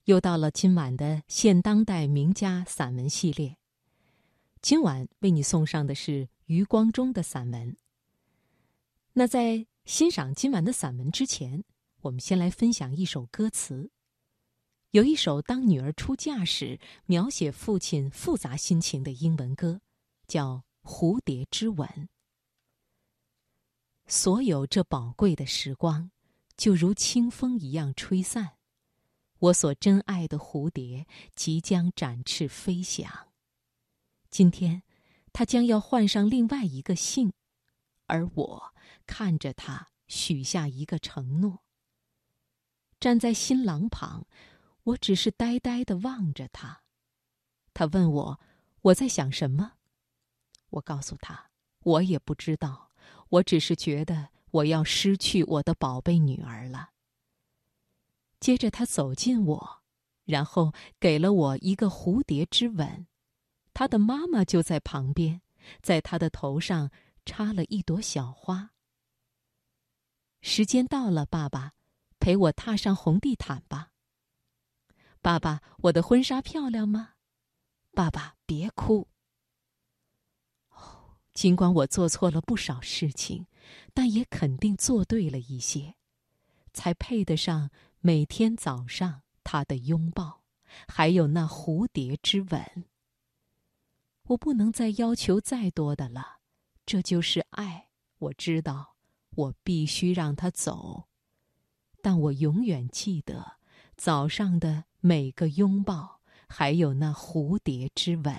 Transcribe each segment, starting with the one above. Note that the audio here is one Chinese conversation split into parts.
又到了今晚的现当代名家散文系列。今晚为你送上的是余光中的散文。那在欣赏今晚的散文之前，我们先来分享一首歌词。有一首当女儿出嫁时描写父亲复杂心情的英文歌，叫《蝴蝶之吻》。所有这宝贵的时光，就如清风一样吹散，我所珍爱的蝴蝶即将展翅飞翔。今天，它将要换上另外一个姓，而我看着它许下一个承诺。站在新郎旁，我只是呆呆地望着他。他问我在想什么？我告诉他，我也不知道，我只是觉得我要失去我的宝贝女儿了。接着他走近我，然后给了我一个蝴蝶之吻。他的妈妈就在旁边，在他的头上插了一朵小花。时间到了，爸爸，陪我踏上红地毯吧。爸爸，我的婚纱漂亮吗？爸爸，别哭。尽管我做错了不少事情，但也肯定做对了一些，才配得上每天早上他的拥抱，还有那蝴蝶之吻。我不能再要求再多的了，这就是爱，我知道，我必须让他走。但我永远记得早上的每个拥抱，还有那蝴蝶之吻。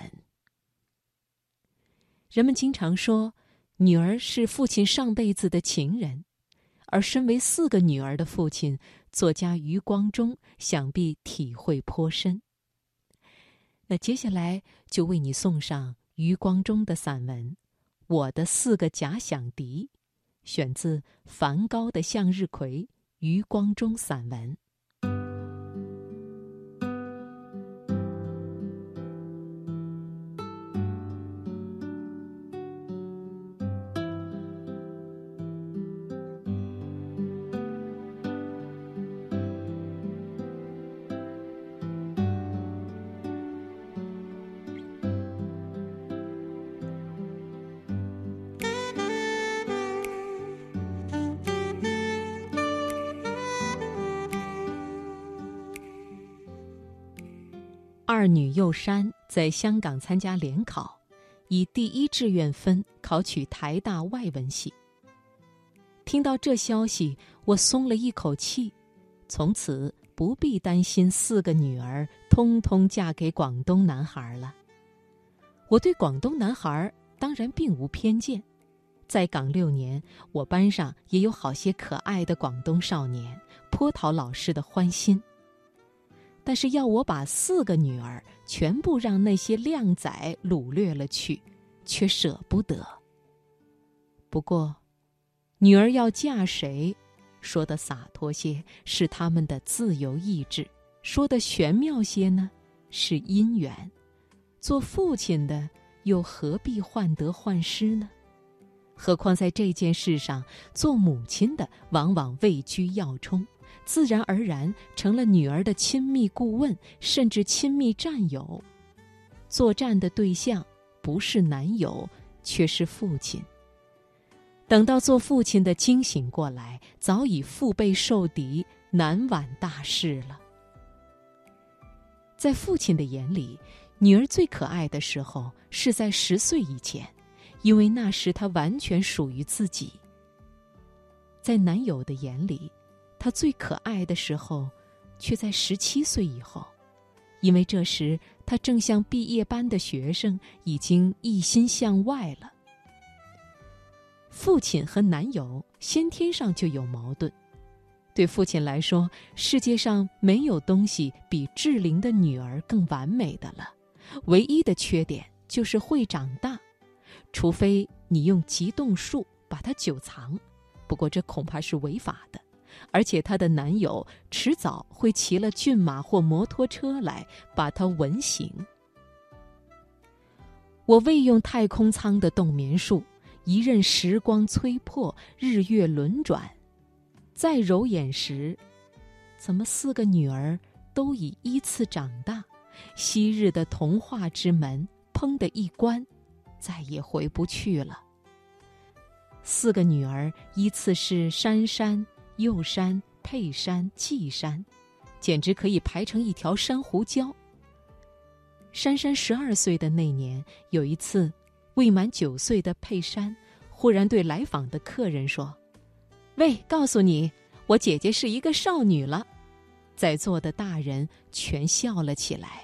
人们经常说，女儿是父亲上辈子的情人，而身为4个女儿的父亲，作家余光中想必体会颇深。那接下来就为你送上余光中的散文《我的4个假想敌》，选自梵高的向日葵，余光中散文。二女幼珊在香港参加联考，以第1志愿分考取台大外文系。听到这消息，我松了一口气，从此不必担心4个女儿通通嫁给广东男孩了。我对广东男孩当然并无偏见，在港6年，我班上也有好些可爱的广东少年，颇讨老师的欢心。但是要我把4个女儿全部让那些靓仔掳掠了去，却舍不得。不过，女儿要嫁谁，说得洒脱些是他们的自由意志，说得玄妙些呢，是姻缘。做父亲的又何必患得患失呢？何况在这件事上，做母亲的往往位居要冲，自然而然成了女儿的亲密顾问，甚至亲密战友。作战的对象不是男友，却是父亲。等到做父亲的惊醒过来，早已腹背受敌，难挽大事了。在父亲的眼里，女儿最可爱的时候是在10岁以前，因为那时她完全属于自己。在男友的眼里，她最可爱的时候却在17岁以后，因为这时她正像毕业班的学生，已经一心向外了。父亲和男友先天上就有矛盾。对父亲来说，世界上没有东西比适龄的女儿更完美的了，唯一的缺点就是会长大，除非你用急冻术把它久藏，不过这恐怕是违法的。而且她的男友迟早会骑了骏马或摩托车来把她吻醒。我未用太空舱的冻眠术，一任时光催迫，日月轮转，再揉眼时，怎么4个女儿都已依次长大，昔日的童话之门砰的一关，再也回不去了。4个女儿依次是珊珊、幼珊、佩珊、季珊，简直可以排成一条珊瑚礁。珊珊12岁的那年，有一次，未满9岁的佩珊忽然对来访的客人说：“喂，告诉你，我姐姐是一个少女了。”在座的大人全笑了起来。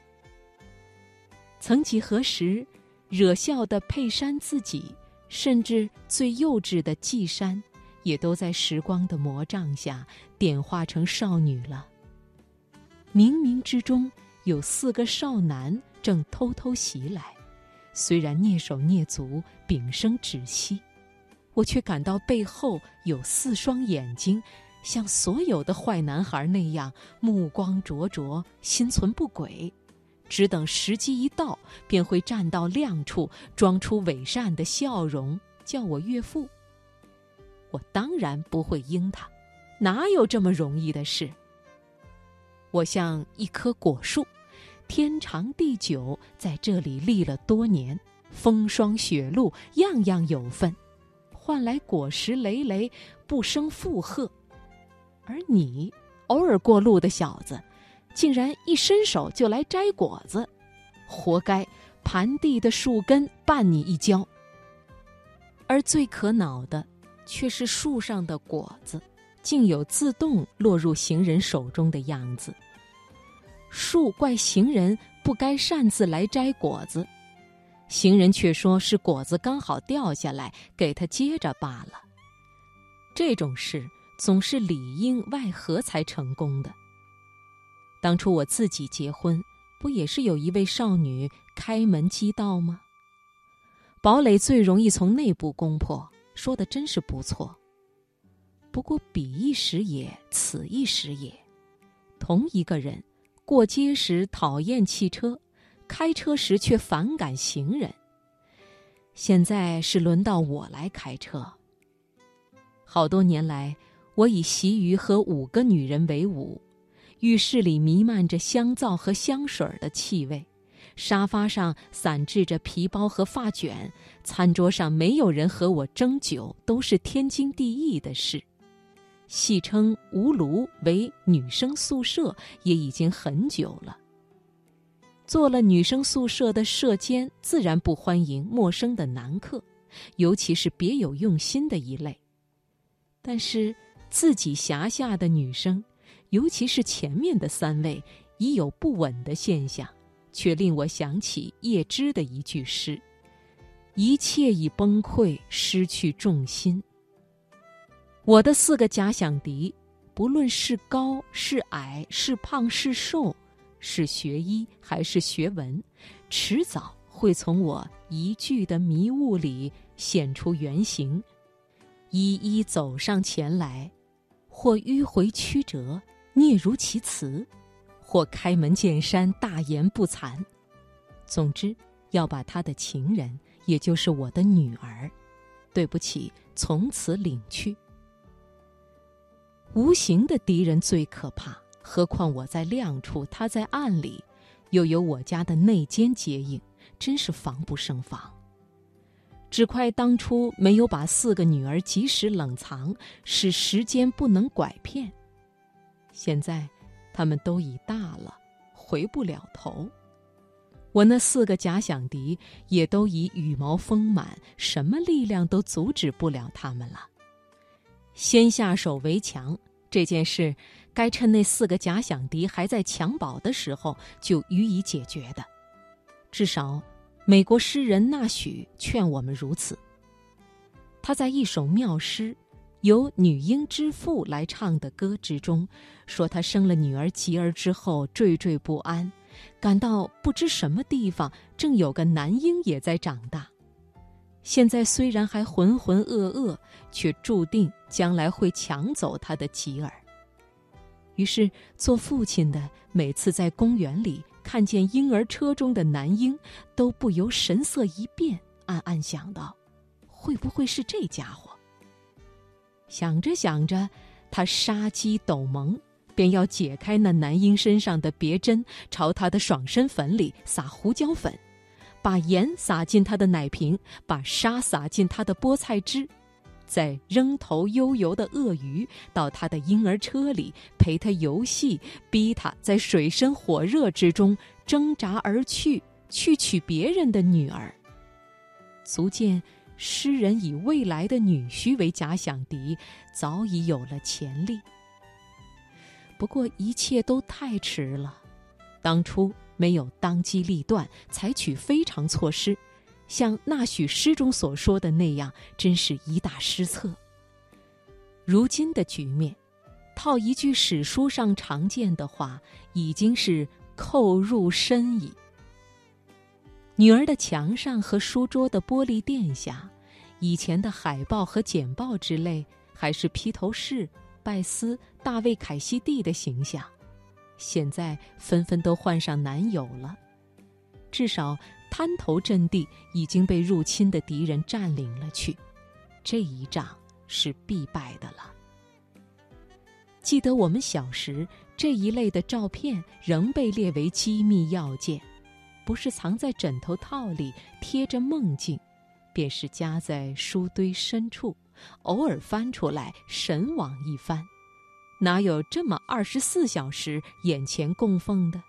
曾几何时，惹笑的佩珊自己，甚至最幼稚的季珊，也都在时光的魔杖下点化成少女了。冥冥之中，有4个少男正偷偷袭来，虽然蹑手蹑足，屏声止息，我却感到背后有4双眼睛，像所有的坏男孩那样目光灼灼，心存不轨，只等时机一到，便会站到亮处，装出伪善的笑容，叫我岳父。我当然不会应他，哪有这么容易的事？我像一棵果树，天长地久，在这里立了多年，风霜雪露，样样有份，换来果实累累，不生负荷。而你偶尔过路的小子，竟然一伸手就来摘果子，活该盘地的树根绊你一跤。而最可恼的，却是树上的果子竟有自动落入行人手中的样子。树怪行人不该擅自来摘果子，行人却说是果子刚好掉下来，给他接着罢了。这种事总是里应外合才成功的。当初我自己结婚，不也是有一位少女开门击道吗？堡垒最容易从内部攻破，说的真是不错。不过彼一时也，此一时也。同一个人，过街时讨厌汽车，开车时却反感行人。现在是轮到我来开车。好多年来，我已习于和5个女人为伍，浴室里弥漫着香皂和香水的气味，沙发上散置着皮包和发卷，餐桌上没有人和我争酒，都是天经地义的事。戏称吴庐为女生宿舍也已经很久了。做了女生宿舍的舍监，自然不欢迎陌生的男客，尤其是别有用心的一类。但是自己辖下的女生，尤其是前面的3位，已有不稳的现象，却令我想起叶芝的一句诗：一切已崩溃，失去重心。我的4个假想敌，不论是高是矮，是胖是瘦，是学医还是学文，迟早会从我一句的迷雾里显出原形，一一走上前来，或迂回曲折，嗫如其词，或开门见山，大言不惭。总之，要把他的情人，也就是我的女儿，对不起，从此领去。无形的敌人最可怕，何况我在亮处，他在暗里，又有我家的内奸接应，真是防不胜防。只怪当初没有把4个女儿及时冷藏，使时间不能拐骗。现在他们都已大了，回不了头。我那4个假想敌也都已羽毛丰满，什么力量都阻止不了他们了。先下手为强，这件事该趁那4个假想敌还在襁褓的时候就予以解决的。至少美国诗人纳许劝我们如此。他在一首妙诗由女婴之父来唱的歌之中，说他生了女儿吉儿之后惴惴不安，感到不知什么地方正有个男婴也在长大。现在虽然还浑浑噩噩，却注定将来会抢走他的吉儿。于是做父亲的每次在公园里看见婴儿车中的男婴，都不由神色一变，暗暗想到，会不会是这家伙？想着想着，他杀机陡萌， 便要解开那男婴身上的别针，朝他的爽身粉里撒胡椒粉，把盐撒进他的奶瓶，把沙撒进他的菠菜汁，再扔头悠游的鳄鱼到他的婴儿车里，陪他游戏，逼他在水深火热之中挣扎而去，去娶别人的女儿。足见诗人以未来的女婿为假想敌，早已有了潜力。不过一切都太迟了，当初没有当机立断，采取非常措施，像那许诗中所说的那样，真是一大失策。如今的局面，套一句史书上常见的话，已经是扣入深矣。女儿的墙上和书桌的玻璃垫下，以前的海报和简报之类，还是披头士、拜斯、大卫·凯西蒂的形象，现在纷纷都换上男友了。至少滩头阵地已经被入侵的敌人占领了去，这一仗是必败的了。记得我们小时，这一类的照片仍被列为机密要件，不是藏在枕头套里贴着梦境，便是夹在书堆深处，偶尔翻出来神往一番，哪有这么24小时眼前供奉的？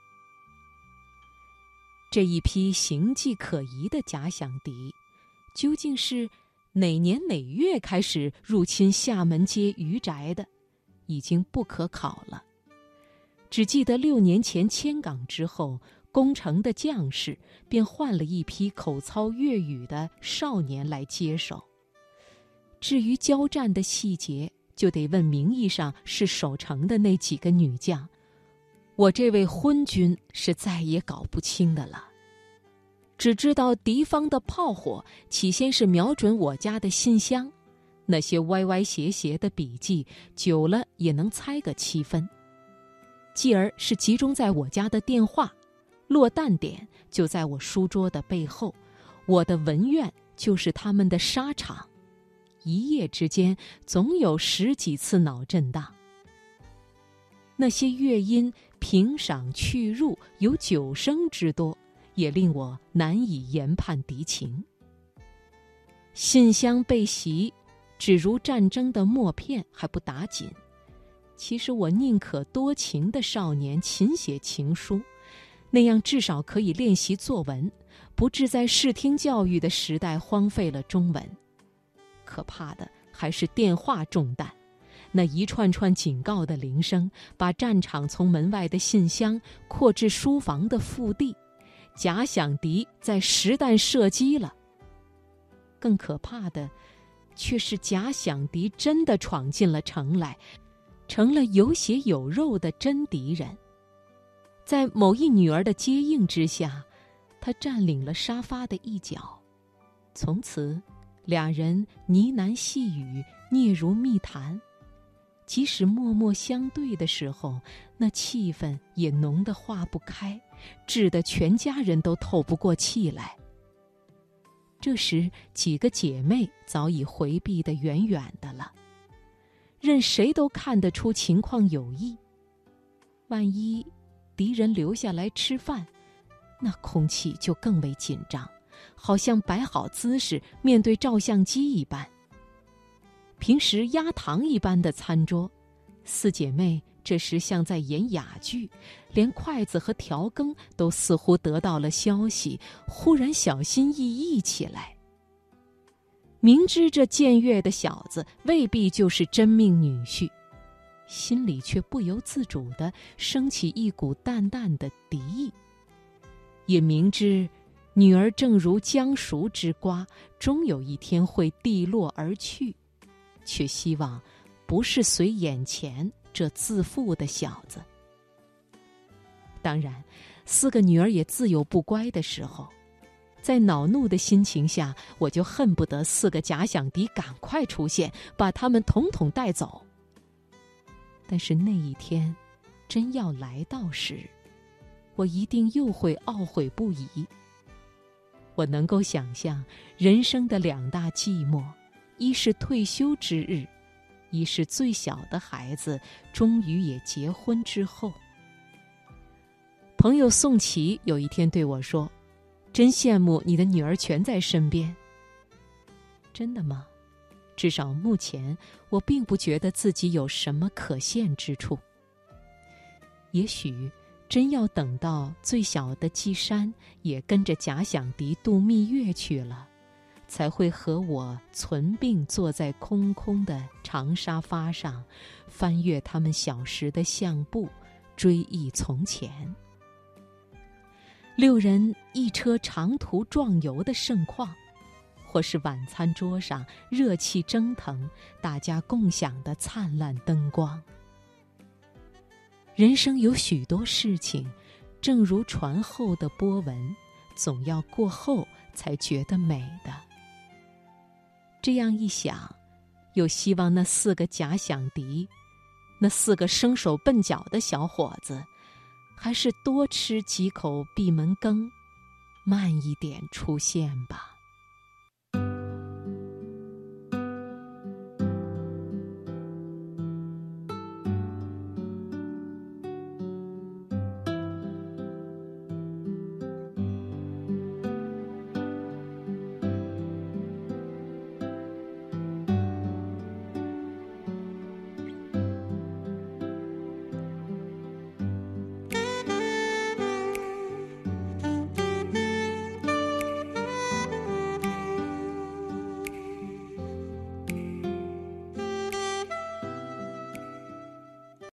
这一批形迹可疑的假想敌，究竟是哪年哪月开始入侵厦门街余宅的，已经不可考了。只记得6年前迁港之后，攻城的将士便换了一批口操粤语的少年来接手。至于交战的细节，就得问名义上是守城的那几个女将，我这位昏君是再也搞不清的了。只知道敌方的炮火起先是瞄准我家的信箱，那些歪歪斜斜的笔记，久了也能猜个7分。继而是集中在我家的电话，落弹点就在我书桌的背后，我的文院就是他们的沙场。一夜之间总有10几次脑震荡。那些乐音平赏去入有9声之多，也令我难以研判敌情。信箱被袭，只如战争的默片还不打紧。其实我宁可多情的少年勤写情书，那样至少可以练习作文，不致在视听教育的时代荒废了中文。可怕的还是电话中弹，那一串串警告的铃声，把战场从门外的信箱扩至书房的腹地，假想敌在实弹射击了。更可怕的，却是假想敌真的闯进了城来，成了有血有肉的真敌人。在某一女儿的接应之下，他占领了沙发的一角，从此俩人呢喃细语，嗫如密谈。即使默默相对的时候，那气氛也浓得化不开，致得全家人都透不过气来。这时几个姐妹早已回避得远远的了，任谁都看得出情况有异。万一敌人留下来吃饭，那空气就更为紧张，好像摆好姿势面对照相机一般。平时压堂一般的餐桌，4姐妹这时像在演哑剧，连筷子和调羹都似乎得到了消息，忽然小心翼翼起来。明知这僭越的小子未必就是真命女婿，心里却不由自主地升起一股淡淡的敌意。也明知女儿正如将熟之瓜，终有一天会地落而去，却希望不是随眼前这自负的小子。当然，4个女儿也自有不乖的时候，在恼怒的心情下，我就恨不得4个假想敌赶快出现，把他们统统带走。但是那一天真要来到时，我一定又会懊悔不已。我能够想象人生的2大寂寞，一是退休之日， 已是最小的孩子终于也结婚之后。朋友宋琦有一天对我说：“真羡慕你的女儿全在身边。”真的吗？至少目前，我并不觉得自己有什么可羡之处。也许真要等到最小的季山也跟着假想敌度蜜月去了，才会和我存病坐在空空的长沙发上，翻阅他们小时的相簿，追忆从前。6人一车长途壮游的盛况，或是晚餐桌上热气蒸腾，大家共享的灿烂灯光。人生有许多事情，正如船后的波纹，总要过后才觉得美的。这样一想，又希望那4个假想敌，那4个生手笨脚的小伙子，还是多吃几口闭门羹，慢一点出现吧。